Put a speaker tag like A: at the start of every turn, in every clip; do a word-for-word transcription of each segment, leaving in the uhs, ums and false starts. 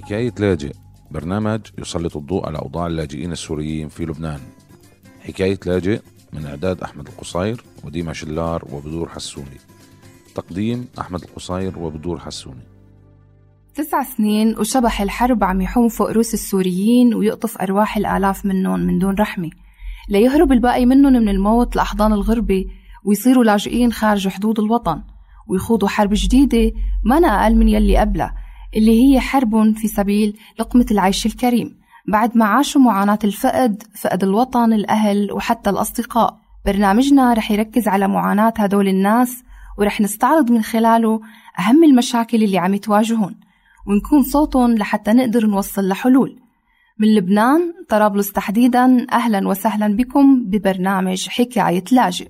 A: حكاية لاجئ، برنامج يسلط الضوء على أوضاع اللاجئين السوريين في لبنان. حكاية لاجئ من إعداد أحمد القصير وديما شلار وبدور حسوني. تقديم أحمد القصير وبدور حسوني.
B: تسع سنين وشبح الحرب عم يحوم فوق رؤوس السوريين ويقطف أرواح الآلاف منهم من دون رحمة، ليهرب الباقي منهم من الموت لأحضان الغربة ويصيروا لاجئين خارج حدود الوطن، ويخوضوا حرب جديدة ما أنا أقل من يلي قبلها، اللي هي حرب في سبيل لقمة العيش الكريم، بعد ما عاشوا معاناة الفقد، فقد الوطن، الأهل وحتى الأصدقاء. برنامجنا رح يركز على معاناة هدول الناس، ورح نستعرض من خلاله أهم المشاكل اللي عم تواجهون، ونكون صوتهم لحتى نقدر نوصل لحلول. من لبنان، طرابلس تحديداً، أهلاً وسهلاً بكم ببرنامج حكاية لاجئ.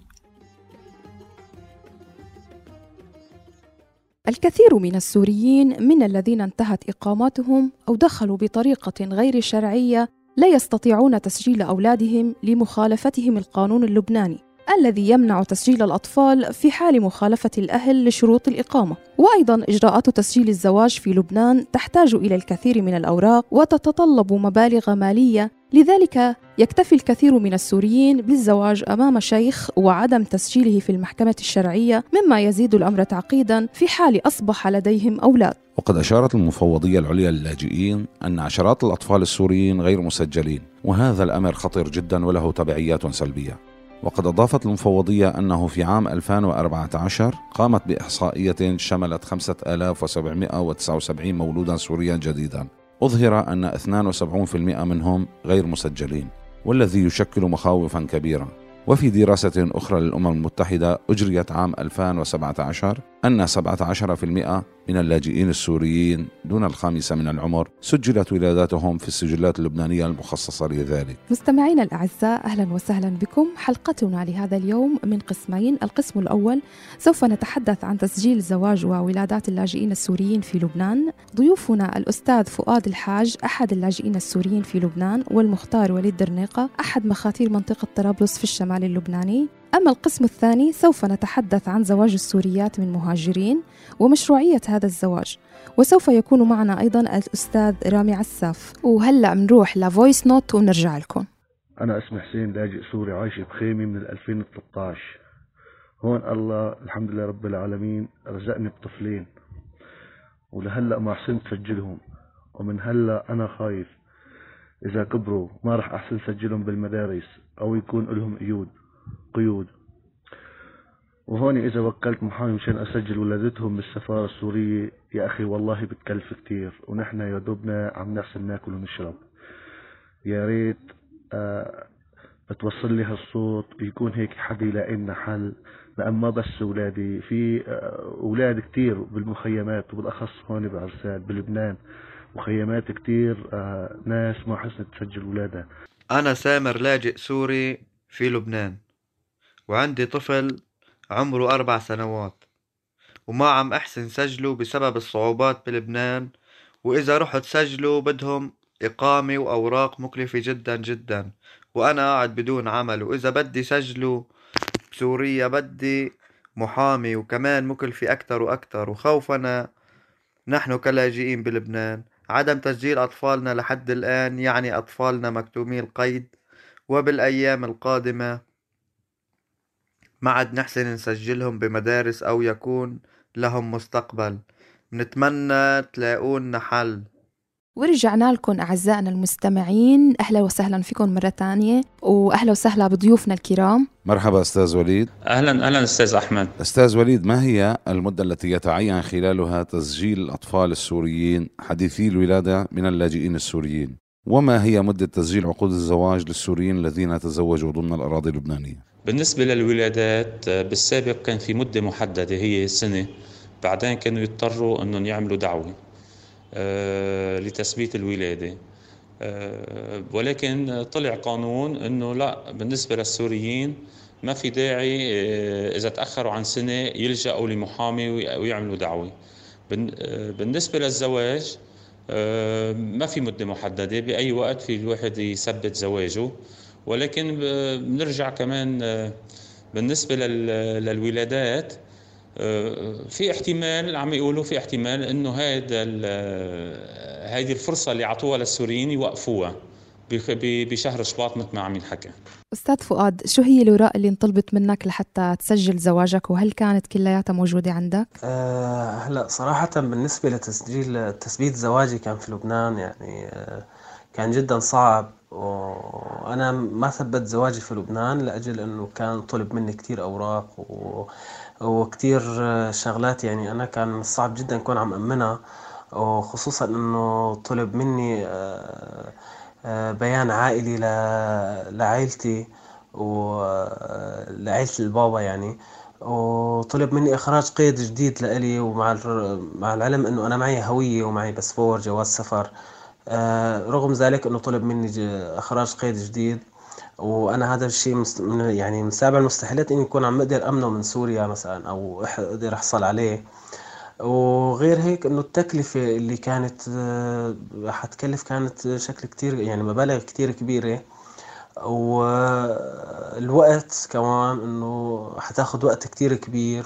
C: الكثير من السوريين من الذين انتهت إقامتهم أو دخلوا بطريقة غير شرعية لا يستطيعون تسجيل أولادهم لمخالفتهم القانون اللبناني الذي يمنع تسجيل الأطفال في حال مخالفة الأهل لشروط الإقامة. وأيضاً إجراءات تسجيل الزواج في لبنان تحتاج إلى الكثير من الأوراق وتتطلب مبالغ مالية، لذلك يكتفي الكثير من السوريين بالزواج أمام شيخ وعدم تسجيله في المحكمة الشرعية، مما يزيد الأمر تعقيداً في حال أصبح لديهم أولاد.
A: وقد أشارت المفوضية العليا للاجئين أن عشرات الأطفال السوريين غير مسجلين، وهذا الأمر خطير جداً وله تبعيات سلبية. وقد أضافت المفوضية أنه في عام ألفين وأربعة عشر قامت بإحصائية شملت خمسة آلاف وسبعمائة وتسعة وسبعين مولودا سوريا جديدا، أظهر أن اثنين وسبعين بالمئة منهم غير مسجلين، والذي يشكل مخاوفا كبيرة. وفي دراسة أخرى للأمم المتحدة أجريت عام ألفين وسبعة عشر أن سبعة عشر بالمئة من اللاجئين السوريين دون الخامسة من العمر سجلت ولاداتهم في السجلات اللبنانية المخصصة لذلك.
C: مستمعينا الأعزاء، أهلا وسهلا بكم. حلقتنا لهذا اليوم من قسمين. القسم الأول سوف نتحدث عن تسجيل زواج وولادات اللاجئين السوريين في لبنان. ضيوفنا الأستاذ فؤاد الحاج أحد اللاجئين السوريين في لبنان، والمختار وليد درنيقة أحد مخاطير منطقة طرابلس في الشمال اللبناني. أما القسم الثاني سوف نتحدث عن زواج السوريات من مهاجرين ومشروعية هذا الزواج، وسوف يكون معنا أيضا الأستاذ رامي عساف. وهلأ منروح لفويس نوت ونرجع لكم.
D: أنا اسمي حسين، لاجئ سوري عايش بخيمة من ألفين وثلاثة عشر. هون الله الحمد لله رب العالمين رزقني بطفلين، ولهلأ ما حسنت سجلهم، ومن هلأ أنا خايف إذا كبروا ما رح أحسن سجلهم بالمدارس أو يكون لهم قيود قيود وهون إذا وكلت محامي مشان أسجل ولادتهم بالسفارة السورية، يا أخي والله بتكلف كتير، ونحن يا دوبنا عم نحسن ناكل ونشرب. يا ريت آه بتوصل لي هالصوت يكون هيك حد يلاقي لنا حل، لأن ما بس أولادي، في آه أولاد كتير بالمخيمات، وبالأخص هون بعرسال بلبنان مخيمات كتير آه ناس ما حسنت تسجل ولادها.
E: أنا سامر، لاجئ سوري في لبنان، وعندي طفل عمره أربع سنوات، وما عم أحسن سجله بسبب الصعوبات بلبنان، وإذا رحت سجله بدهم إقامة وأوراق مكلفة جدا جدا، وأنا قاعد بدون عمل، وإذا بدي سجله بسوريا بدي محامي وكمان مكلفة أكتر وأكتر. وخوفنا نحن كلاجئين بلبنان عدم تسجيل أطفالنا لحد الآن، يعني أطفالنا مكتومي القيد، وبالأيام القادمة ما عاد نحسن نسجلهم بمدارس أو يكون لهم مستقبل. نتمنى تلاقونا حل.
C: ورجعنا لكم أعزائنا المستمعين، أهلا وسهلا فيكم مرة تانية، وأهلا وسهلا بضيوفنا الكرام.
A: مرحبا أستاذ وليد.
F: أهلا أهلا أستاذ أحمد.
A: أستاذ وليد، ما هي المدة التي يتعين خلالها تسجيل الأطفال السوريين حديثي الولادة من اللاجئين السوريين؟ وما هي مدة تسجيل عقود الزواج للسوريين الذين تزوجوا ضمن الأراضي اللبنانية؟
F: بالنسبة للولادات بالسابق كان في مدة محددة هي سنة، بعدين كانوا يضطروا أنهم يعملوا دعوة أه لتثبيت الولادة، أه ولكن طلع قانون أنه لا، بالنسبة للسوريين ما في داعي أه إذا تأخروا عن سنة يلجأوا لمحامي ويعملوا دعوة. بالنسبة للزواج أه ما في مدة محددة، بأي وقت في الواحد يثبت زواجه، ولكن بنرجع كمان بالنسبة للولادات في احتمال عم يقولوا في احتمال انه هذا هذه الفرصه اللي عطوها للسوريين يوقفوها بشهر شباط مثل ما عم ينحكى.
C: أستاذ فؤاد، شو هي الأوراق اللي انطلبت منك لحتى تسجل زواجك، وهل كانت كلياتها موجودة عندك؟
G: أه هلا صراحة بالنسبة لتسجيل تثبيت زواجي كان في لبنان يعني أه كان جدا صعب، وأنا ما ثبت زواجي في لبنان لأجل أنه كان طلب مني كتير أوراق و... وكتير شغلات، يعني أنا كان صعب جدا أكون عم أمنها، وخصوصا أنه طلب مني أه بيان عائلي لعائلتي ولعائلة البابا يعني، وطلب مني إخراج قيد جديد لإلي، ومع مع العلم إنه أنا معي هوية ومعي باسبور جواز سفر. رغم ذلك إنه طلب مني إخراج قيد جديد، وأنا هذا الشيء يعني من سابع المستحيلات إني أكون عم أقدر أمنه من سوريا مثلا أو أقدر أحصل عليه. وغير هيك انه التكلفة اللي كانت حتكلف كانت شكل كتير يعني مبالغ كتير كبيرة، والوقت كمان انه حتاخد وقت كتير كبير،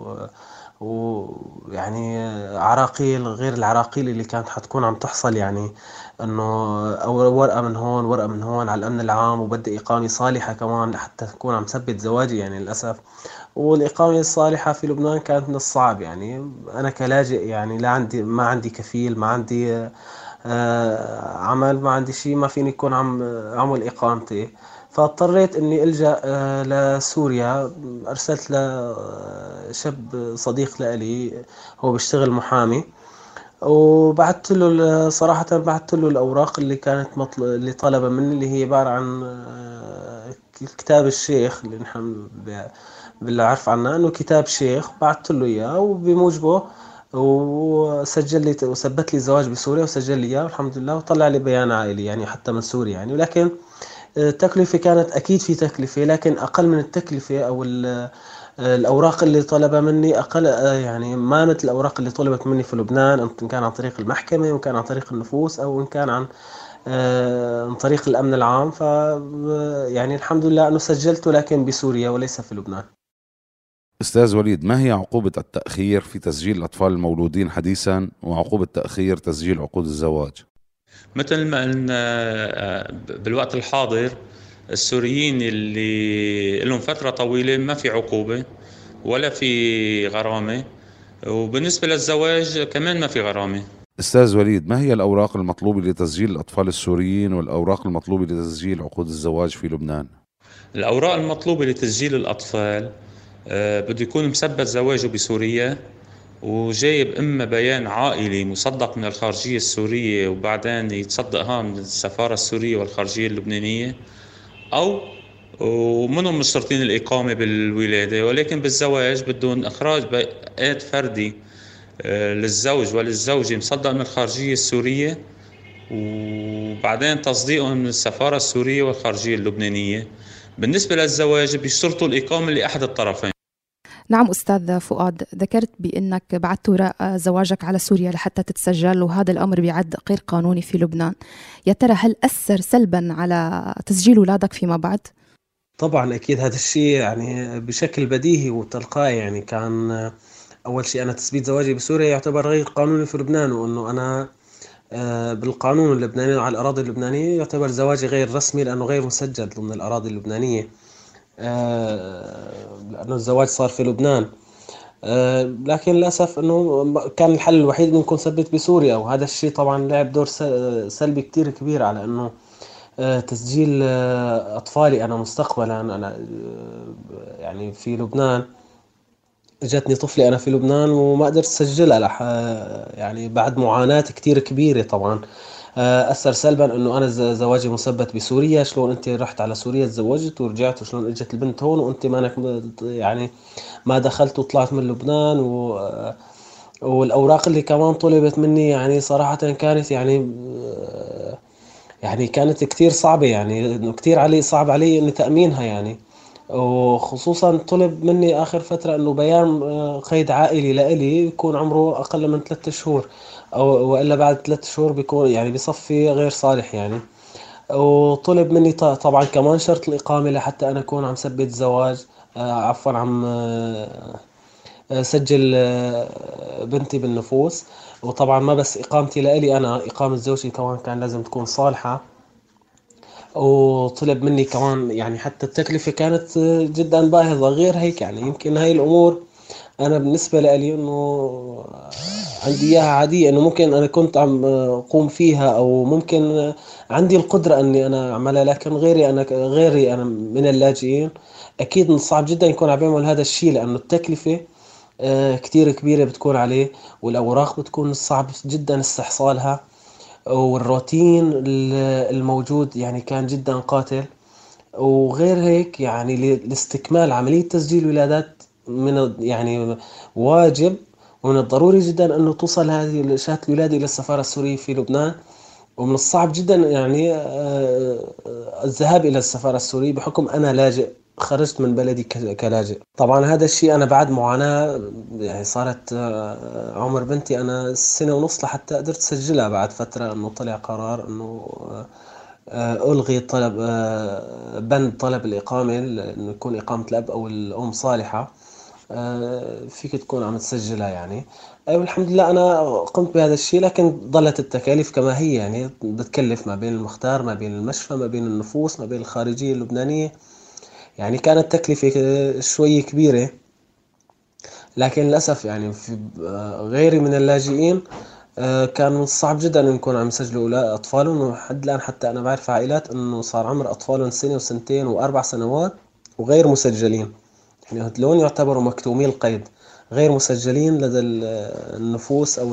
G: ويعني عراقيل غير العراقيل اللي كانت حتكون عم تحصل، يعني انه اول ورقة من هون ورقة من هون على الامن العام، وبدي اقامة صالحة كمان حتى تكون عم ثبت زواجي يعني للأسف. والإقامة الصالحة في لبنان كانت من الصعب، يعني أنا كلاجئ يعني لا عندي ما عندي كفيل، ما عندي آه عمل، ما عندي شيء، ما فيني يكون عم أعمل إقامتي، فاضطريت إني ألجأ آه لسوريا. أرسلت لشاب صديق لي هو بيشتغل محامي، وبعثت له صراحة بعثت له الأوراق اللي كانت مطل... اللي طلبها مني، اللي هي عبارة عن آه كتاب الشيخ اللي نحن بالله عارف عنه انه كتاب شيخ، بعثت له اياه وبموجبه وسجل لي وثبت لي زواج بسوريا وسجل لي اياه والحمد لله، وطلع لي بيان عائلي يعني حتى من سوريا يعني. ولكن التكلفة كانت اكيد في تكلفة، لكن اقل من التكلفة او الاوراق اللي طلبها مني اقل، يعني ما مثل الاوراق اللي طلبت مني في لبنان، ان كان عن طريق المحكمة وان كان عن طريق النفوس او ان كان عن عن طريق الامن العام. ف يعني الحمد لله انه سجلته لكن بسوريا وليس في لبنان.
A: أستاذ وليد، ما هي عقوبة التأخير في تسجيل الأطفال المولودين حديثا، وعقوبة تأخير تسجيل عقود الزواج؟
F: مثل ما قلنا بالوقت الحاضر السوريين اللي لهم فترة طويلة ما في عقوبة ولا في غرامة، وبالنسبة للزواج كمان ما في غرامة.
A: أستاذ وليد، ما هي الأوراق المطلوبة لتسجيل الأطفال السوريين والأوراق المطلوبة لتسجيل عقود الزواج في لبنان؟
F: الأوراق المطلوبة لتسجيل الأطفال أه بده يكون مثبت زواجه بسوريا، وجايب إما بيان عائلي مصدق من الخارجية السورية وبعدين يتصدقها من السفارة السورية والخارجية اللبنانية، أو ومنهم مشترطين الإقامة بالولادة، ولكن بالزواج بدون إخراج بيان فردي أه للزوج وللزوجة مصدق من الخارجية السورية، وبعدين تصديقهم من السفارة السورية والخارجية اللبنانية. بالنسبة للزواج بيشترطوا الإقامة لأحد الطرفين.
C: نعم أستاذ فؤاد، ذكرت بأنك بعثت وراء زواجك على سوريا لحتى تتسجل، وهذا الأمر بيعد غير قانوني في لبنان. يا ترى هل أثر سلبا على تسجيل أولادك فيما بعد؟
G: طبعا أكيد هذا الشيء يعني بشكل بديهي وتلقائي، يعني كان أول شيء أنا تثبيت زواجي بسوريا يعتبر غير قانوني في لبنان، وأنه أنا بالقانون اللبناني على الأراضي اللبنانية يعتبر زواجي غير رسمي لأنه غير مسجل ضمن الأراضي اللبنانية، لأنه الزواج صار في لبنان. لكن للأسف أنه كان الحل الوحيد أنه نكون ثبت بسوريا، وهذا الشيء طبعا لعب دور سلبي كتير كبير على أنه تسجيل أطفالي أنا مستقبلا. أنا يعني في لبنان جاتني طفلي أنا في لبنان وما قدرت أسجلها يعني بعد معاناة كتير كبيرة. طبعا أثر سلبا أنه أنا زواجي مثبت بسوريا، شلون أنت رحت على سوريا تزوجت ورجعت، وشلون اجت البنت هون وأنت ما يعني ما دخلت وطلعت من لبنان. و والأوراق اللي كمان طلبت مني يعني صراحة كانت يعني يعني كانت كتير صعبة، يعني كتير علي صعب علي إني تأمينها يعني. وخصوصا طلب مني آخر فترة أنه بيان قيد عائلي لإلي يكون عمره أقل من ثلاثة شهور، أو وإلا بعد ثلاثة شهور بيكون يعني بصفي غير صالح يعني. وطلب مني طبعا كمان شرط الإقامة لحتى أنا أكون عم ثبت زواج، عفوا عم سجل بنتي بالنفوس. وطبعا ما بس إقامتي لإلي أنا، إقامة زوجتي كمان كان لازم تكون صالحة. وطلب مني كمان يعني حتى التكلفة كانت جدا باهظة. غير هيك يعني يمكن هاي الأمور أنا بالنسبة لي إنه عندي إياها عادية، إنه ممكن أنا كنت عم أقوم فيها أو ممكن عندي القدرة إني أنا أعملها، لكن غيري أنا غيري أنا من اللاجئين أكيد صعب جدا يكون عم يعمل هذا الشيء، لأنه التكلفة كتير كبيرة بتكون عليه، والأوراق بتكون صعب جدا استحصالها، والروتين الموجود يعني كان جدا قاتل. وغير هيك يعني لاستكمال عملية تسجيل ولادات من يعني واجب ومن الضروري جدا أنه توصل هذه شهادة الولادة إلى السفارة السورية في لبنان، ومن الصعب جدا يعني الذهاب إلى السفارة السورية بحكم أنا لاجئ خرجت من بلدي كلاجئ. طبعا هذا الشيء أنا بعد معاناة، يعني صارت عمر بنتي أنا سنة ونص لحتى قدرت أسجلها بعد فترة، أنه طلع قرار أنه ألغي طلب بند طلب الإقامة، أنه يكون إقامة الأب أو الأم صالحة فيك تكون عم تسجلها يعني. والحمد لله أنا قمت بهذا الشيء، لكن ظلت التكاليف كما هي، يعني بتكلف ما بين المختار، ما بين المشفى، ما بين النفوس، ما بين الخارجية اللبنانية. يعني كانت تكلفة شوي كبيرة، لكن للأسف يعني في غيري من اللاجئين كان صعب جدا أن يكون عم يسجلوا أطفالهم. وحد الآن حتى أنا بعرف عائلات أنه صار عمر أطفالهم سنة وسنتين وأربع سنوات وغير مسجلين، يعني هدلون يعتبروا مكتومي القيد، غير مسجلين لدى النفوس أو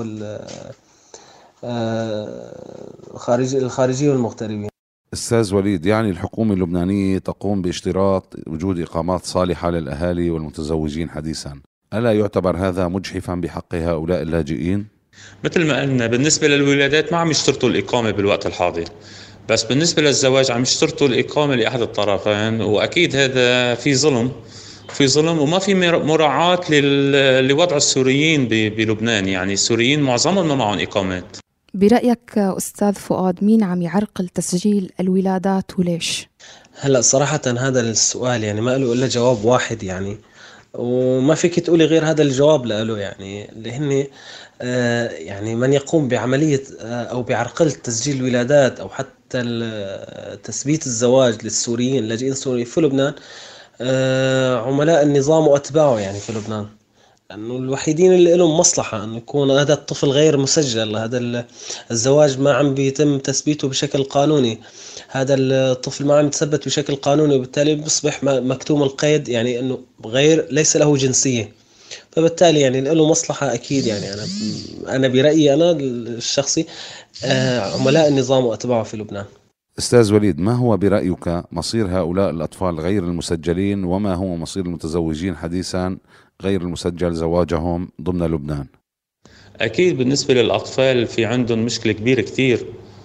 G: الخارجية والمغتربين.
A: أستاذ وليد، يعني الحكومة اللبنانية تقوم باشتراط وجود إقامات صالحة للأهالي والمتزوجين حديثا، ألا يعتبر هذا مجحفا بحق هؤلاء اللاجئين؟
F: مثل ما قلنا بالنسبة للولادات ما عم يشترطوا الإقامة بالوقت الحاضر، بس بالنسبة للزواج عم يشترطوا الإقامة لأحد الطرفين، وأكيد هذا في ظلم في ظلم وما في مراعاة لوضع السوريين بلبنان. يعني السوريين معظمهم ما معهم إقامات.
C: برأيك أستاذ فؤاد مين عم يعرقل تسجيل الولادات وليش؟
G: هلأ صراحة هذا السؤال يعني ما له إلا جواب واحد، يعني وما فيك تقولي غير هذا الجواب له، يعني اللي هن آه يعني من يقوم بعملية آه أو بعرقلة تسجيل الولادات أو حتى تثبيت الزواج للسوريين اللاجئين السوريين في لبنان آه عملاء النظام وأتباعه يعني في لبنان، لأنه الوحيدين اللي لهم مصلحة أن يكون هذا الطفل غير مسجل، هذا الزواج ما عم بيتم تثبيته بشكل قانوني، هذا الطفل ما عم يتثبت بشكل قانوني، وبالتالي بيصبح مكتوم القيد، يعني أنه غير ليس له جنسية، فبالتالي يعني له مصلحة أكيد. يعني أنا أنا برأيي أنا الشخصي عملاء النظام وأتباعه في لبنان.
A: أستاذ وليد، ما هو برأيك مصير هؤلاء الأطفال غير المسجلين، وما هو مصير المتزوجين حديثا غير المسجل زواجهم ضمن لبنان؟
F: أكيد بالنسبة للأطفال في عندهم مشكلة كبيرة كتير.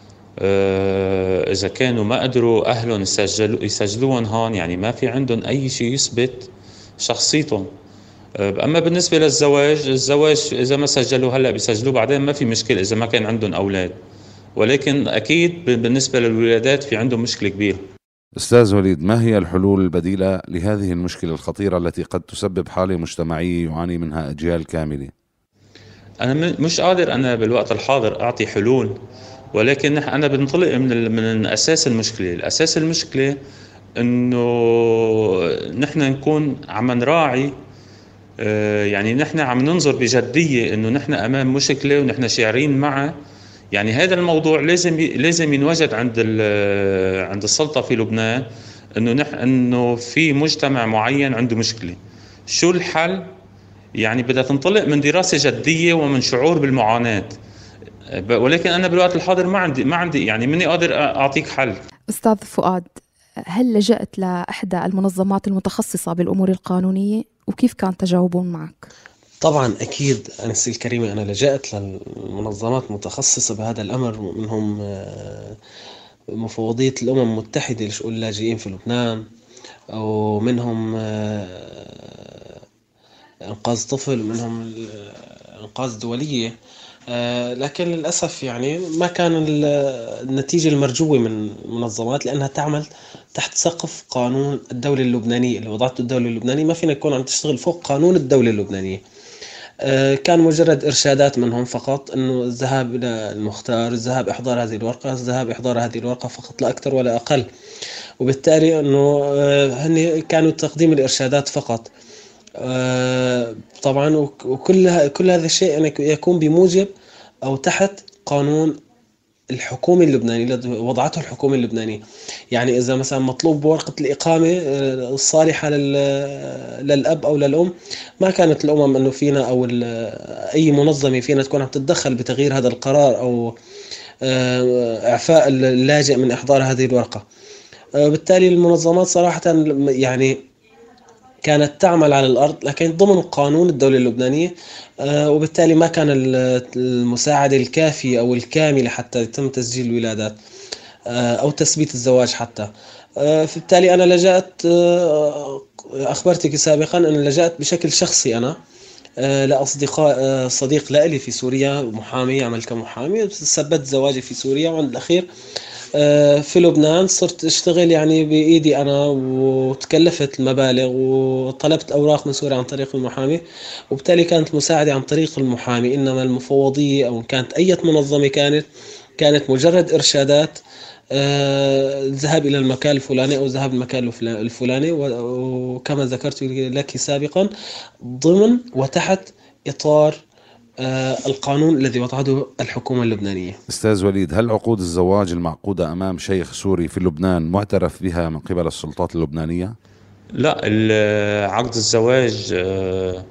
F: إذا كانوا ما قدروا أهلهم يسجلوا يسجلوهم هون، يعني ما في عندهم أي شيء يثبت شخصيتهم. أما بالنسبة للزواج، الزواج إذا ما سجلوا هلأ بيسجلوا بعدين ما في مشكلة إذا ما كان عندهم أولاد، ولكن أكيد بالنسبة للولادات في عندهم مشكلة كبيرة.
A: أستاذ وليد، ما هي الحلول البديلة لهذه المشكلة الخطيرة التي قد تسبب حالة مجتمعية يعاني منها أجيال كاملة؟
F: أنا مش قادر أنا بالوقت الحاضر أعطي حلول، ولكن أنا بنطلق من من أساس المشكلة. الأساس المشكلة إنه نحن نكون عم نراعي، يعني نحن عم ننظر بجدية إنه نحن أمام مشكلة ونحن شاعرين معه. يعني هذا الموضوع لازم لازم ينوجد عند عند السلطة في لبنان، إنه نحن إنه في مجتمع معين عنده مشكلة. شو الحل؟ يعني بدها تنطلق من دراسة جدية ومن شعور بالمعاناة، ولكن أنا بالوقت الحاضر ما عندي ما عندي يعني مني قادر أعطيك حل.
C: أستاذ فؤاد، هل لجأت لإحدى المنظمات المتخصصة بالأمور القانونية وكيف كان تجاوبهم معك؟
G: طبعا أكيد أنسي الكريمة، أنا لجأت للمنظمات المتخصصة بهذا الأمر، منهم مفوضية الأمم المتحدة لشؤون اللاجئين في لبنان، أو منهم إنقاذ طفل، منهم إنقاذ دولية. آه، لكن للأسف يعني ما كان ال- النتيجة المرجوة من المنظمات، لأنها تعمل تحت سقف قانون الدولة اللبنانية اللي وضعته الدولة اللبنانية. ما فينا نكون عم تشتغل فوق قانون الدولة اللبنانية. آه، كان مجرد إرشادات منهم فقط، أنه الذهاب إلى المختار، الذهاب إحضار هذه الورقة، الذهاب إحضار هذه الورقة فقط، لا أكثر ولا أقل. وبالتالي أنه آه، هن كانوا تقديم الإرشادات فقط. آه، طبعا وك- وكل ه- كل هذا الشيء يعني يكون بموجب أو تحت قانون الحكومة اللبنانية الذي وضعته الحكومة اللبنانية. يعني إذا مثلا مطلوب بورقة الإقامة آه، الصالحة لل- للأب أو للأم، ما كانت الأمم أنه فينا أو ال- أي منظمة فينا تكون عم تتدخل بتغيير هذا القرار أو آه، إعفاء اللاجئ من إحضار هذه الورقة. آه، بالتالي المنظمات صراحة يعني كانت تعمل على الأرض لكن ضمن قانون الدولة اللبنانية. آه، وبالتالي ما كان ال- المساعدة الكافية أو الكاملة حتى يتم تسجيل الولادات آه، أو تثبيت الزواج حتى. آه، فبالتالي أنا لجأت، آه، أخبرتك سابقا أن لجأت بشكل شخصي أنا آه، لأصدقاء، آه، صديق لإلي في سوريا محامي يعمل كمحامي، ثبت زواجي في سوريا، وعند الأخير آه، في لبنان صرت اشتغل يعني بإيدي أنا، وتكلفت المبالغ وطلبت أوراق من سوريا عن طريق المحامي. وبالتالي كانت مساعدة عن طريق المحامي، إنما المفوضية أو كانت أي منظمة كانت كانت مجرد إرشادات، آه، الذهاب إلى المكان الفلاني أو الذهاب المكان الفلا- الفلاني، و- وكما ذكرت لك سابقا ضمن وتحت إطار آه، القانون الذي وضعته الحكومة اللبنانية.
A: أستاذ وليد، هل عقود الزواج المعقودة أمام شيخ سوري في لبنان معترف بها من قبل السلطات اللبنانية؟
F: لا، ال- عقد الزواج آه،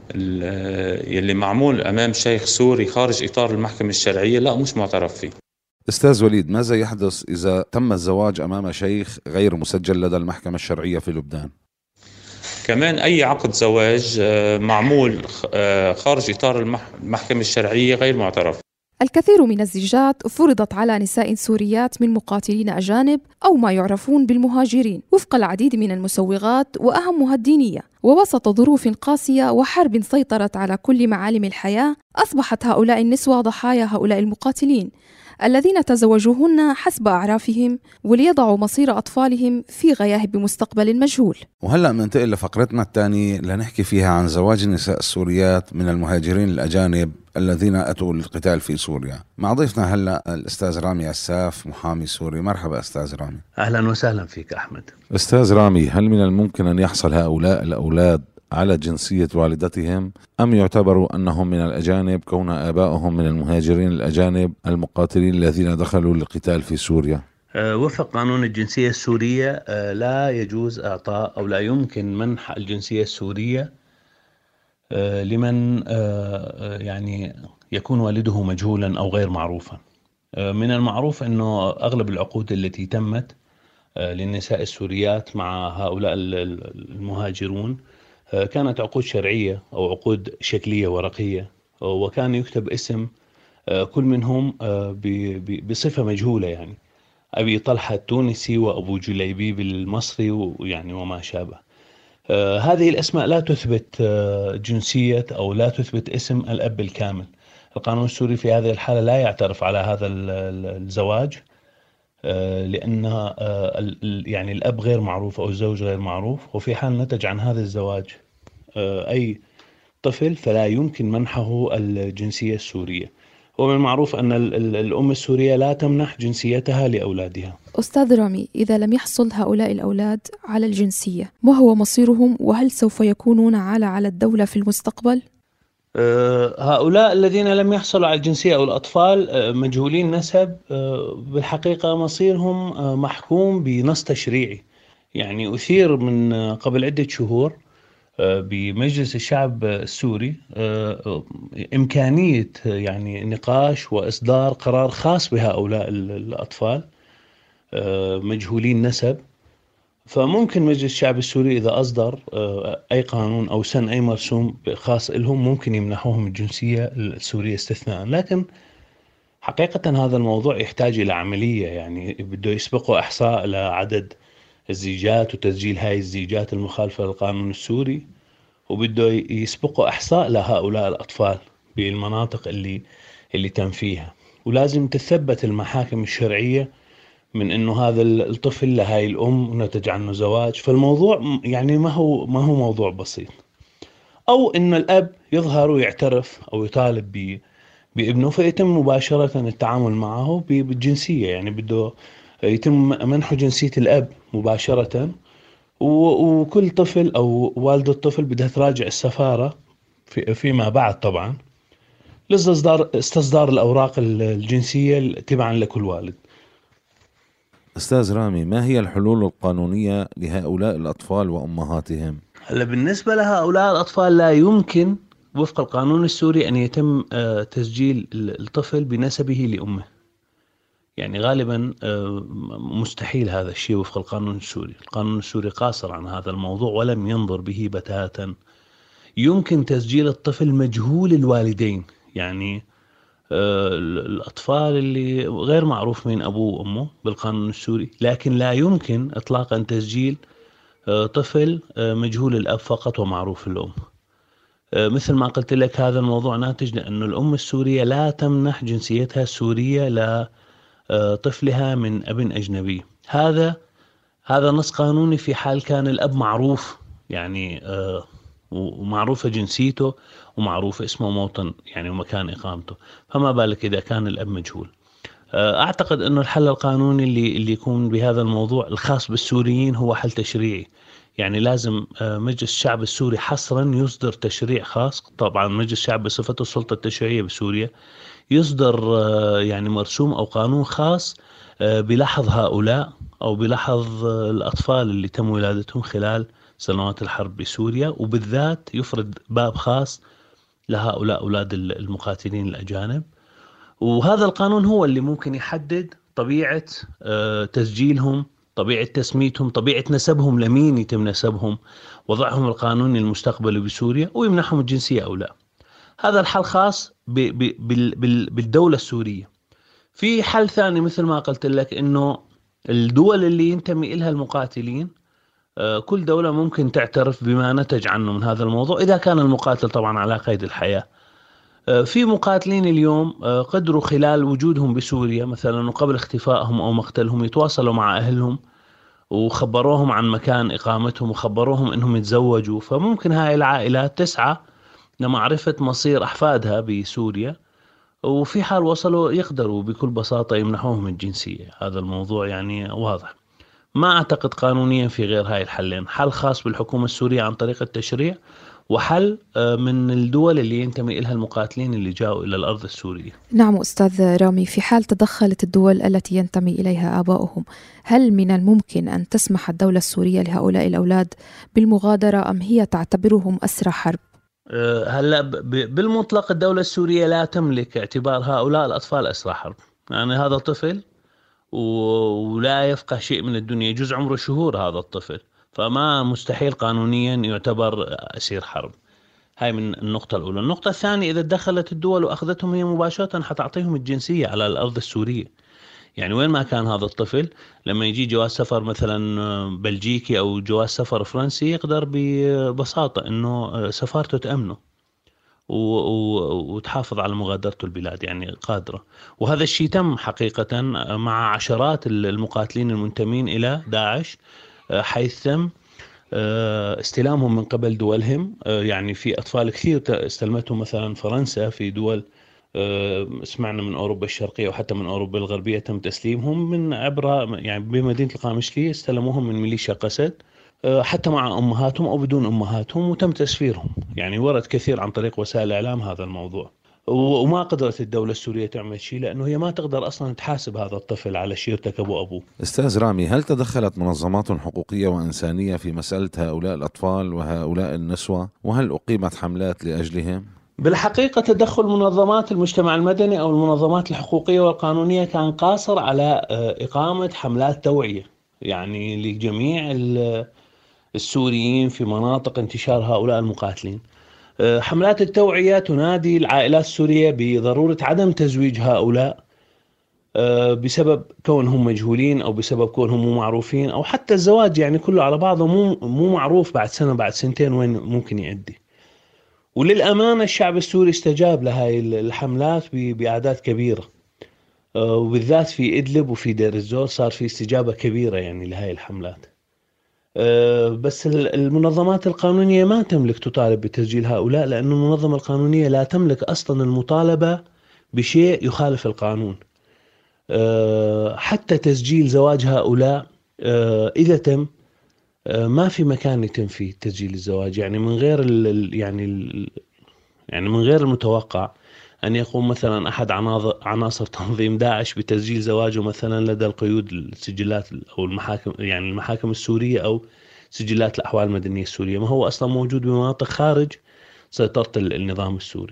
F: ال- يلي معمول أمام شيخ سوري خارج إطار المحكمة الشرعية لا، مش معترف فيه.
A: أستاذ وليد، ماذا يحدث إذا تم الزواج أمام شيخ غير مسجل لدى المحكمة الشرعية في لبنان؟
F: كمان أي عقد زواج آه، معمول خ- آه، خارج إطار المح- المحكمة الشرعية غير معترف.
C: الكثير من الزيجات فرضت على نساء سوريات من مقاتلين أجانب أو ما يعرفون بالمهاجرين وفق العديد من المسوغات وأهمها الدينية. ووسط ظروف قاسية وحرب سيطرت على كل معالم الحياة، أصبحت هؤلاء النسوة ضحايا هؤلاء المقاتلين الذين تزوجوهن حسب أعرافهم وليضعوا مصير أطفالهم في غياهب مستقبل مجهول.
A: وهلأ بننتقل لفقرتنا الثانية لنحكي فيها عن زواج النساء السوريات من المهاجرين الأجانب الذين أتوا للقتال في سوريا. مع ضيفنا هلأ الأستاذ رامي عساف، محامي سوري. مرحبا أستاذ رامي.
H: أهلا وسهلا فيك أحمد.
A: أستاذ رامي، هل من الممكن أن يحصل هؤلاء الأولاد على جنسية والدتهم، أم يعتبروا أنهم من الأجانب كون آبائهم من المهاجرين الأجانب المقاتلين الذين دخلوا للقتال في سوريا؟
H: أه، وفق قانون الجنسية السورية أه، لا يجوز إعطاء أو لا يمكن منح الجنسية السورية أه، لمن أه، يعني يكون والده مجهولا أو غير معروفا. أه، من المعروف أنه أغلب العقود التي تمت أه، للنساء السوريات مع هؤلاء ال- ال- المهاجرون أه، كانت عقود شرعية أو عقود شكلية ورقية، أه، وكان يكتب اسم أه، كل منهم أه، ب- ب- بصفة مجهولة، يعني أبي طلحة التونسي وأبو جليبيب المصري ويعني وما شابه. آه هذه الأسماء لا تثبت آه جنسية أو لا تثبت اسم الأب الكامل. القانون السوري في هذه الحالة لا يعترف على هذا ال- ال- الزواج آه لأن آه ال- يعني الأب غير معروف أو الزوج غير معروف، وفي حال نتج عن هذا الزواج آه أي طفل فلا يمكن منحه الجنسية السورية. ومن المعروف أن ال- ال- الأم السورية لا تمنح جنسيتها لأولادها.
C: أستاذ رامي، إذا لم يحصل هؤلاء الأولاد على الجنسية، ما هو مصيرهم وهل سوف يكونون عالة على الدولة في المستقبل؟
H: آه، هؤلاء الذين لم يحصلوا على الجنسية أو الأطفال آه، مجهولين نسب، آه، بالحقيقة مصيرهم آه، محكوم بنص تشريعي. يعني أثير من آه، قبل عدة شهور آه، بمجلس الشعب السوري آه، إمكانية آه، يعني نقاش وإصدار قرار خاص بهؤلاء ال- الأطفال آه، مجهولين نسب. فممكن مجلس الشعب السوري إذا أصدر آه، أي قانون أو سن أي مرسوم خاص لهم ممكن يمنحوهم الجنسية السورية استثناء. لكن حقيقة هذا الموضوع يحتاج إلى عملية، يعني بده يسبقه إحصاء لعدد الزيجات وتسجيل هاي الزيجات المخالفة للقانون السوري، وبده يسبقه إحصاء لهؤلاء الأطفال بالمناطق اللي اللي تم فيها، ولازم تثبت المحاكم الشرعية من إنه هذا الطفل لهاي الأم ونتج عنه زواج. فالموضوع يعني ما هو ما هو موضوع بسيط. أو إن الأب يظهر ويعترف أو يطالب ب بابنه، فيتم مباشرة التعامل معه بالجنسية، يعني بده يتم منحه جنسية الأب مباشرة. وكل طفل أو والد الطفل بدها تراجع السفارة في فيما بعد طبعا لاستصدار استصدار الأوراق الجنسية تبعا لكل والد.
A: أستاذ رامي، ما هي الحلول القانونية لهؤلاء الأطفال وأمهاتهم؟
H: هلا بالنسبة لهؤلاء الأطفال لا يمكن وفق القانون السوري أن يتم تسجيل الطفل بنسبه لأمه، يعني غالبا مستحيل هذا الشيء وفق القانون السوري. القانون السوري قاصر عن هذا الموضوع ولم ينظر به بتاتا. يمكن تسجيل الطفل مجهول الوالدين، يعني الأطفال اللي غير معروف من أبوه وأمه بالقانون السوري، لكن لا يمكن إطلاقا تسجيل طفل مجهول الأب فقط ومعروف الأم. مثل ما قلت لك هذا الموضوع ناتج لأن الأم السورية لا تمنح جنسيتها السورية لطفلها من أب أجنبي. هذا هذا نص قانوني في حال كان الأب معروف، يعني ومعروفة جنسيته ومعروف اسمه وموطن يعني ومكان إقامته، فما بالك إذا كان الأب مجهول. أعتقد أنه الحل القانوني اللي اللي يكون بهذا الموضوع الخاص بالسوريين هو حل تشريعي، يعني لازم مجلس الشعب السوري حصرا يصدر تشريع خاص. طبعا مجلس الشعب بصفته السلطة التشريعية بسوريا يصدر يعني مرسوم أو قانون خاص بلحظ هؤلاء أو بلحظ الأطفال اللي تم ولادتهم خلال سنوات الحرب بسوريا، وبالذات يفرض باب خاص لهؤلاء أولاد المقاتلين الأجانب. وهذا القانون هو اللي ممكن يحدد طبيعة تسجيلهم، طبيعة تسميتهم، طبيعة نسبهم، لمين يتم نسبهم، وضعهم القانوني المستقبلي بسوريا، ويمنحهم الجنسية أو لا. هذا الحل خاص بالدولة السورية. في حل ثاني مثل ما قلت لك إنه الدول اللي ينتمي إلها المقاتلين كل دولة ممكن تعترف بما نتج عنه من هذا الموضوع إذا كان المقاتل طبعا على قيد الحياة. في مقاتلين اليوم قدروا خلال وجودهم بسوريا مثلا وقبل اختفائهم أو مقتلهم يتواصلوا مع أهلهم وخبروهم عن مكان إقامتهم وخبروهم أنهم يتزوجوا، فممكن هاي العائلات تسعى لمعرفة مصير أحفادها بسوريا، وفي حال وصلوا يقدروا بكل بساطة يمنحوهم الجنسية. هذا الموضوع يعني واضح. ما أعتقد قانونيا في غير هاي الحلين، حل خاص بالحكومة السورية عن طريق التشريع، وحل من الدول اللي ينتمي إلها المقاتلين اللي جاءوا إلى الأرض السورية.
C: نعم أستاذ رامي، في حال تدخلت الدول التي ينتمي إليها آباؤهم، هل من الممكن أن تسمح الدولة السورية لهؤلاء الأولاد بالمغادرة أم هي تعتبرهم أسرى حرب؟
H: هلا بالمطلق الدولة السورية لا تملك اعتبار هؤلاء الأطفال أسرى حرب، يعني هذا طفل ولا يفقه شيء من الدنيا، جزء عمره شهور هذا الطفل، فما مستحيل قانونيا يعتبر أسير حرب. هاي من النقطة الأولى. النقطة الثانية، إذا دخلت الدول وأخذتهم هي مباشرة حتعطيهم الجنسية على الأرض السورية، يعني وين ما كان هذا الطفل لما يجي جواز سفر مثلا بلجيكي أو جواز سفر فرنسي يقدر ببساطة أنه سفارته تأمنه وتحافظ على مغادرته البلاد، يعني قادرة. وهذا الشيء تم حقيقة مع عشرات المقاتلين المنتمين إلى داعش، حيث تم استلامهم من قبل دولهم. يعني في أطفال كثير استلمتهم مثلا فرنسا، في دول سمعنا من أوروبا الشرقية وحتى من أوروبا الغربية تم تسليمهم من عبر يعني بمدينة القامشلية، استلموهم من ميليشيا قسد حتى مع أمهاتهم أو بدون أمهاتهم، وتم تسفيرهم. يعني ورد كثير عن طريق وسائل الإعلام هذا الموضوع، وما قدرت الدولة السورية تعمل شيء لأنه هي ما تقدر أصلا تحاسب هذا الطفل على شيء ارتكبه أبوه.
A: أستاذ رامي، هل تدخلت منظمات حقوقية وإنسانية في مسألة هؤلاء الأطفال وهؤلاء النسوة، وهل أقيمت حملات لأجلهم؟
H: بالحقيقة تدخل منظمات المجتمع المدني أو المنظمات الحقوقية والقانونية كان قاصر على إقامة حملات توعية يعني لجميع السوريين في مناطق انتشار هؤلاء المقاتلين. حملات التوعية تنادي العائلات السورية بضرورة عدم تزويج هؤلاء بسبب كونهم مجهولين أو بسبب كونهم مو معروفين، أو حتى الزواج يعني كله على بعضه مو مو معروف بعد سنة بعد سنتين وين ممكن يؤدي. وللأمانة الشعب السوري استجاب لهاي الحملات بأعداد كبيرة، وبالذات في إدلب وفي دير الزور صار في استجابة كبيرة يعني لهاي الحملات. بس المنظمات القانونية ما تملك تطالب بتسجيل هؤلاء، لأن المنظمة القانونية لا تملك أصلا المطالبة بشيء يخالف القانون. حتى تسجيل زواج هؤلاء إذا تم ما في مكان يتم فيه تسجيل الزواج، يعني من غير ال يعني ال يعني من غير المتوقع أن يقوم مثلا أحد عناصر تنظيم داعش بتسجيل زواجه مثلا لدى القيود السجلات أو المحاكم، يعني المحاكم السورية أو سجلات الأحوال المدنية السورية، ما هو أصلا موجود بمناطق خارج سيطرة النظام السوري.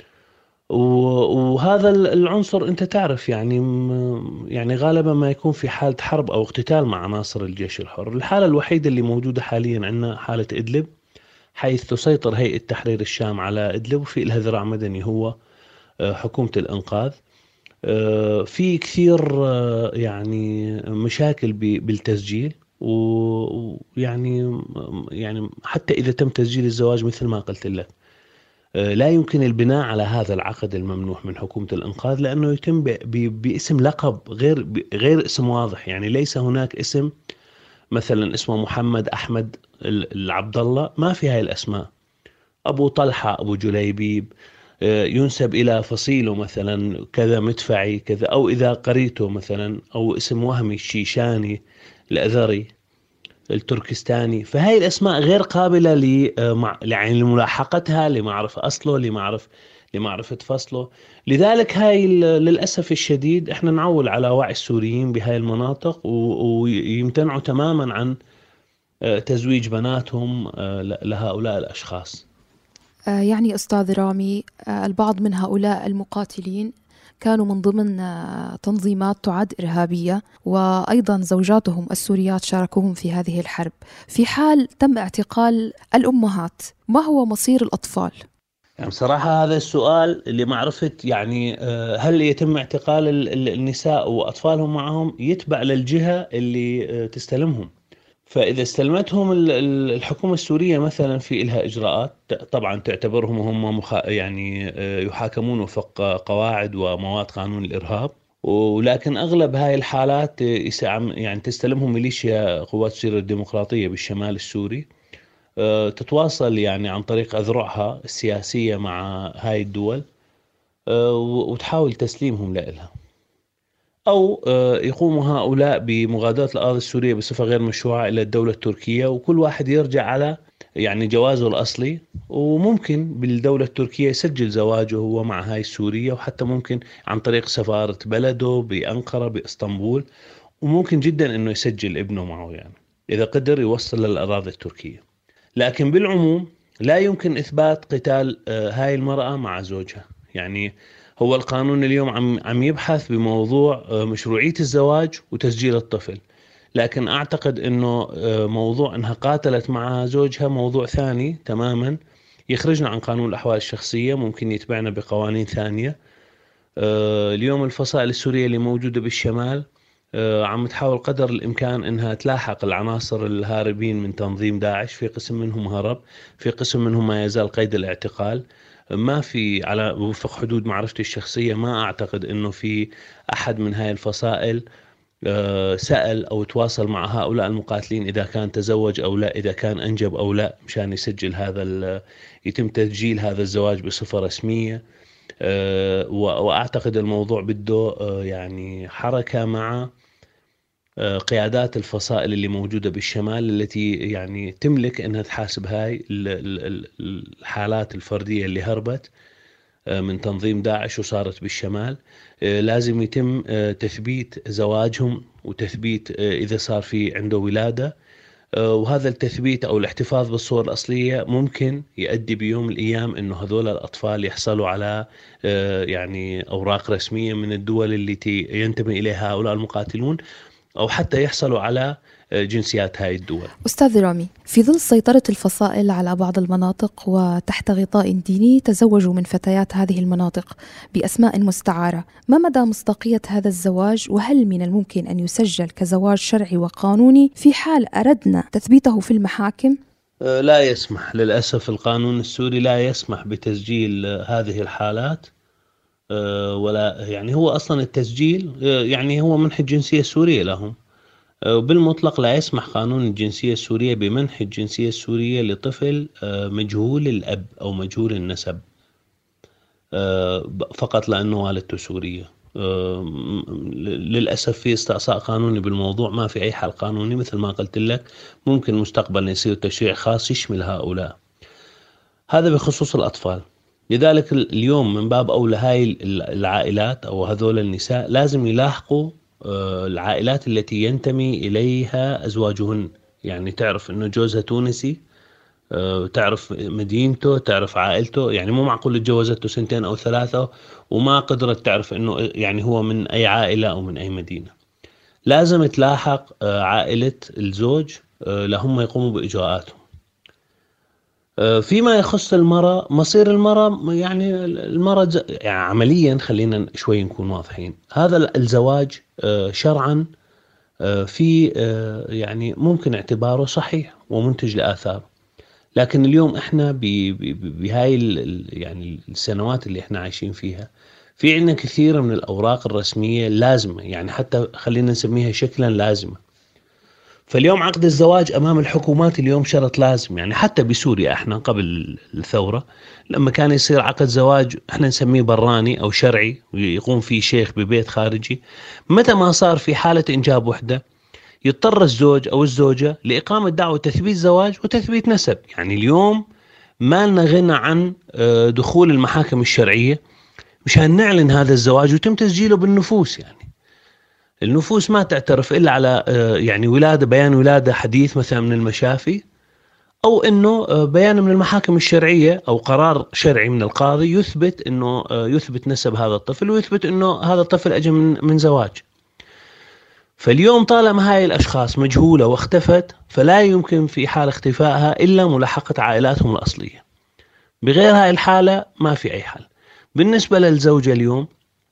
H: وهذا العنصر أنت تعرف يعني يعني غالبا ما يكون في حالة حرب أو اقتتال مع عناصر الجيش الحر. الحالة الوحيدة اللي موجودة حاليا عندنا حالة إدلب، حيث تسيطر هيئة تحرير الشام على إدلب وفي لها ذراع مدني هو حكومة الإنقاذ. في كثير يعني مشاكل بالتسجيل، ويعني يعني حتى إذا تم تسجيل الزواج مثل ما قلت لك لا يمكن البناء على هذا العقد الممنوح من حكومة الإنقاذ، لأنه يتم باسم لقب غير غير اسم واضح. يعني ليس هناك اسم مثلا اسمه محمد أحمد العبد الله، ما في هاي الأسماء. أبو طلحة، أبو جليبيب، ينسب إلى فصيله مثلا كذا مدفعي كذا، أو إذا قريته مثلا أو اسم وهمي الشيشاني الأذري التركستاني. فهاي الأسماء غير قابلة يعني لملاحقتها لمعرفة أصله لمعرفة لمعرفة فصله. لذلك هاي للأسف الشديد احنا نعول على وعي السوريين بهاي المناطق ويمتنعوا تماما عن تزويج بناتهم لهؤلاء الأشخاص.
C: يعني أستاذ رامي، البعض من هؤلاء المقاتلين كانوا من ضمن تنظيمات تعد إرهابية، وأيضا زوجاتهم السوريات شاركوهم في هذه الحرب. في حال تم اعتقال الأمهات، ما هو مصير الأطفال؟
H: يعني بصراحة هذا السؤال اللي معرفة يعني هل يتم اعتقال النساء وأطفالهم معهم يتبع للجهة اللي تستلمهم. فإذا استلمتهم الحكومة السورية مثلا في إلها إجراءات، طبعا تعتبرهم هم مخ... يعني يحاكمون وفق قواعد ومواد قانون الإرهاب، ولكن أغلب هاي الحالات يعني تستلمهم ميليشيا قوات سوريا الديمقراطية بالشمال السوري، تتواصل يعني عن طريق أذرعها السياسية مع هاي الدول وتحاول تسليمهم لإلها، أو يقوم هؤلاء بمغادرة الأراضي السورية بصفة غير مشروعة إلى الدولة التركية، وكل واحد يرجع على يعني جوازه الأصلي، وممكن بالدولة التركية يسجل زواجه هو مع هاي السورية، وحتى ممكن عن طريق سفارة بلده بأنقرة بإسطنبول، وممكن جدا أنه يسجل ابنه معه يعني إذا قدر يوصل للأراضي التركية. لكن بالعموم لا يمكن إثبات قتال هاي المرأة مع زوجها. يعني هو القانون اليوم عم عم يبحث بموضوع مشروعية الزواج وتسجيل الطفل، لكن أعتقد إنه موضوع إنها قاتلت مع زوجها موضوع ثاني تماما، يخرجنا عن قانون الأحوال الشخصية، ممكن يتبعنا بقوانين ثانية. اليوم الفصائل السورية اللي موجودة بالشمال عم تحاول قدر الإمكان إنها تلاحق العناصر الهاربين من تنظيم داعش، في قسم منهم هرب، في قسم منهم ما يزال قيد الاعتقال. ما في على وفق حدود معرفتي الشخصية ما أعتقد إنه في أحد من هاي الفصائل سأل أو تواصل مع هؤلاء المقاتلين إذا كان تزوج أو لا، إذا كان أنجب أو لا، مشان يسجل هذا يتم تسجيل هذا الزواج بصفة رسمية. وأعتقد الموضوع بده يعني حركة مع قيادات الفصائل اللي موجودة بالشمال التي يعني تملك أنها تحاسب هاي الحالات الفردية اللي هربت من تنظيم داعش وصارت بالشمال. لازم يتم تثبيت زواجهم وتثبيت إذا صار في عنده ولادة، وهذا التثبيت أو الاحتفاظ بالصور الأصلية ممكن يؤدي بيوم الأيام أنه هذول الأطفال يحصلوا على يعني أوراق رسمية من الدول التي ينتمي إليها هؤلاء المقاتلون، أو حتى يحصلوا على جنسيات هاي الدول.
C: أستاذ رامي، في ظل سيطرة الفصائل على بعض المناطق وتحت غطاء ديني تزوجوا من فتيات هذه المناطق بأسماء مستعارة، ما مدى مصداقية هذا الزواج؟ وهل من الممكن أن يسجل كزواج شرعي وقانوني في حال أردنا تثبيته في المحاكم؟
H: لا يسمح للأسف، القانون السوري لا يسمح بتسجيل هذه الحالات، ولا يعني هو أصلا التسجيل يعني هو منح الجنسية السورية لهم. بالمطلق لا يسمح قانون الجنسية السورية بمنح الجنسية السورية لطفل مجهول الأب أو مجهول النسب فقط لأنه والدته سورية. للأسف في استعصاء قانوني بالموضوع، ما في أي حل قانوني. مثل ما قلت لك ممكن مستقبلا يصير تشريع خاص يشمل هؤلاء. هذا بخصوص الأطفال. لذلك اليوم من باب أولى هاي العائلات أو هذول النساء لازم يلاحقوا العائلات التي ينتمي إليها أزواجهن، يعني تعرف أنه جوزها تونسي، تعرف مدينته، تعرف عائلته. يعني مو معقول تجوزته سنتين أو ثلاثة وما قدرت تعرف أنه يعني هو من أي عائلة أو من أي مدينة. لازم تلاحق عائلة الزوج لهم يقوموا بإجراءاتهم. فيما يخص المرأة، مصير المرأة يعني المرأة يعني عمليا خلينا شوي نكون واضحين، هذا الزواج شرعا في يعني ممكن اعتباره صحيح ومنتج لآثار، لكن اليوم احنا بهاي يعني السنوات اللي احنا عايشين فيها في عندنا كثير من الأوراق الرسمية لازمة، يعني حتى خلينا نسميها شكلا لازمة. فاليوم عقد الزواج أمام الحكومات اليوم شرط لازم. يعني حتى بسوريا احنا قبل الثورة لما كان يصير عقد زواج احنا نسميه براني أو شرعي ويقوم فيه شيخ ببيت خارجي، متى ما صار في حالة إنجاب وحدة يضطر الزوج أو الزوجة لإقامة دعوة تثبيت زواج وتثبيت نسب. يعني اليوم ما لنا غنى عن دخول المحاكم الشرعية مشان نعلن هذا الزواج ويتم تسجيله بالنفوس. يعني النفوس ما تعترف إلا على يعني ولادة، بيان ولادة حديث مثلا من المشافي، أو إنه بيان من المحاكم الشرعية أو قرار شرعي من القاضي يثبت إنه يثبت نسب هذا الطفل ويثبت إنه هذا الطفل أجى من من زواج. فاليوم طالما هاي الأشخاص مجهولة واختفت فلا يمكن في حال اختفائها إلا ملاحقة عائلاتهم الأصلية. بغير هاي الحالة ما في أي حل. بالنسبة للزوجة اليوم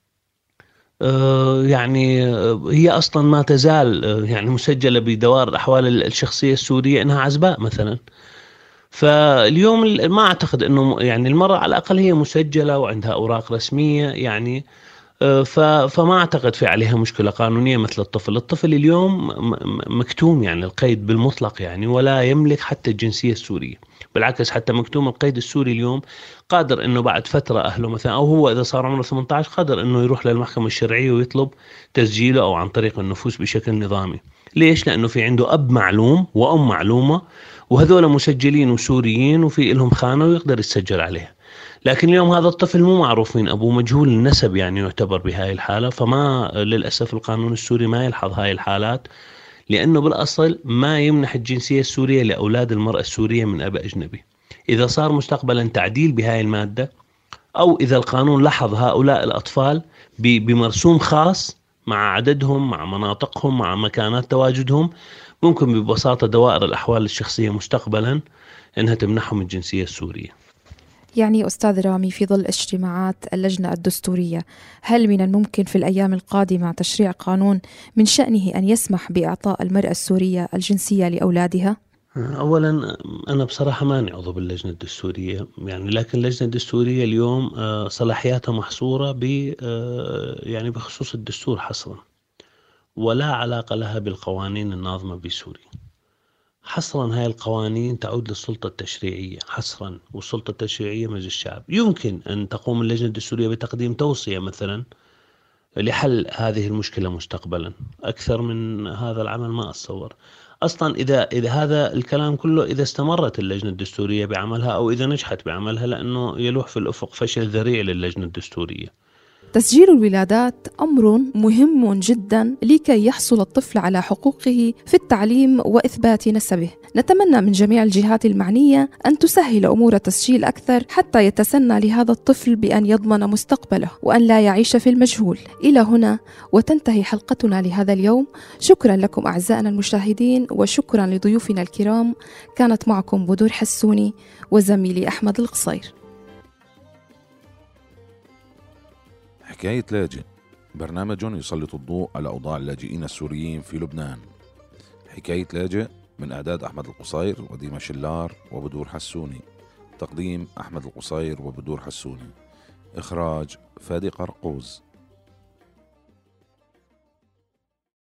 H: يعني هي أصلا ما تزال يعني مسجلة بدوائر الأحوال الشخصية السورية إنها عزباء مثلا. فاليوم ما أعتقد أنه يعني المرأة على الأقل هي مسجلة وعندها أوراق رسمية، يعني فما أعتقد في عليها مشكلة قانونية مثل الطفل. الطفل اليوم مكتوم يعني القيد بالمطلق، يعني ولا يملك حتى الجنسية السورية. بالعكس حتى مكتوم القيد السوري اليوم قادر انه بعد فترة اهله مثلا او هو اذا صار عمره ثمانية عشر قادر انه يروح للمحكمة الشرعية ويطلب تسجيله او عن طريق النفوس بشكل نظامي. ليش؟ لانه في عنده اب معلوم وام معلومة وهذول مسجلين وسوريين وفي لهم خانة ويقدر يسجل عليها. لكن اليوم هذا الطفل مو معروف مين ابوه، مجهول النسب يعني يعتبر بهاي الحالة. فما للأسف القانون السوري ما يلحظ هاي الحالات، لأنه بالأصل ما يمنح الجنسية السورية لأولاد المرأة السورية من أب أجنبي. إذا صار مستقبلا تعديل بهاي المادة أو إذا القانون لاحظ هؤلاء الأطفال بمرسوم خاص مع عددهم مع مناطقهم مع مكانات تواجدهم، ممكن ببساطة دوائر الأحوال الشخصية مستقبلا أنها تمنحهم الجنسية السورية.
C: يعني أستاذ رامي، في ظل اجتماعات اللجنة الدستورية هل من الممكن في الأيام القادمة تشريع قانون من شأنه أن يسمح بإعطاء المرأة السورية الجنسية لأولادها؟
H: أولا أنا بصراحة ماني عضو باللجنة الدستورية، يعني لكن اللجنة الدستورية اليوم صلاحياتها محصورة ب يعني بخصوص الدستور حصرا، ولا علاقة لها بالقوانين الناظمة بسوريا. حصرا هاي القوانين تعود للسلطة التشريعية حصرا، والسلطة التشريعية مجلس الشعب. يمكن أن تقوم اللجنة الدستورية بتقديم توصية مثلا لحل هذه المشكلة مستقبلا. أكثر من هذا العمل ما أتصور أصلا إذا إذا هذا الكلام كله إذا استمرت اللجنة الدستورية بعملها أو إذا نجحت بعملها، لأنه يلوح في الأفق فشل ذريع للجنة الدستورية.
C: تسجيل الولادات أمر مهم جدا لكي يحصل الطفل على حقوقه في التعليم وإثبات نسبه. نتمنى من جميع الجهات المعنية أن تسهل أمور التسجيل أكثر حتى يتسنى لهذا الطفل بأن يضمن مستقبله وأن لا يعيش في المجهول. إلى هنا وتنتهي حلقتنا لهذا اليوم. شكرا لكم أعزائنا المشاهدين وشكرا لضيوفنا الكرام. كانت معكم بدور حسوني وزميلي أحمد القصير.
A: حكاية لاجئ، برنامج يسلط الضوء على أوضاع اللاجئين السوريين في لبنان. حكاية لاجئ من إعداد أحمد القصير وديما شلار وبدور حسوني. تقديم أحمد القصير وبدور حسوني. إخراج فادي قرقوز.